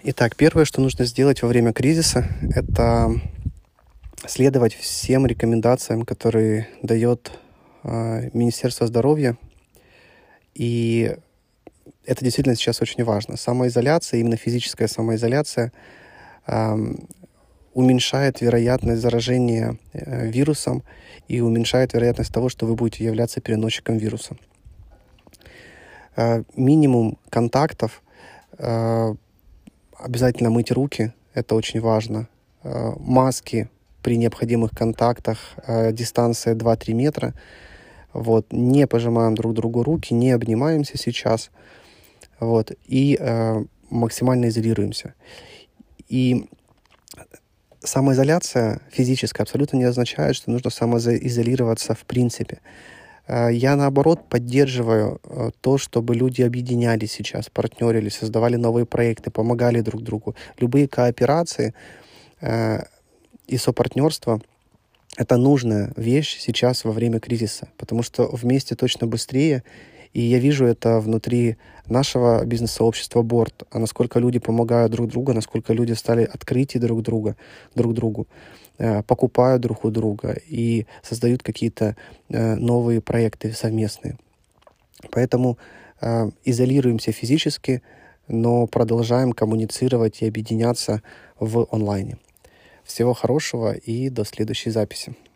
Итак, первое, что нужно сделать во время кризиса, это следовать всем рекомендациям, которые дает Министерство здоровья. И это действительно сейчас очень важно. Самоизоляция, именно физическая самоизоляция, уменьшает вероятность заражения вирусом и уменьшает вероятность того, что вы будете являться переносчиком вируса. Минимум контактов, обязательно мыть руки, это очень важно. Маски при необходимых контактах, дистанция 2-3 метра. Вот. Не пожимаем друг другу руки, не обнимаемся сейчас. Вот. И максимально изолируемся. И самоизоляция физическая абсолютно не означает, что нужно самоизолироваться в принципе. Я, наоборот, поддерживаю то, чтобы люди объединялись сейчас, партнерились, создавали новые проекты, помогали друг другу. Любые кооперации и сопартнерство — это нужная вещь сейчас во время кризиса, потому что вместе точно быстрее. И я вижу это внутри нашего бизнес-сообщества Board, а насколько люди помогают друг другу, насколько люди стали открытие друг другу, покупают друг у друга и создают какие-то новые проекты совместные. Поэтому изолируемся физически, но продолжаем коммуницировать и объединяться в онлайне. Всего хорошего и до следующей записи.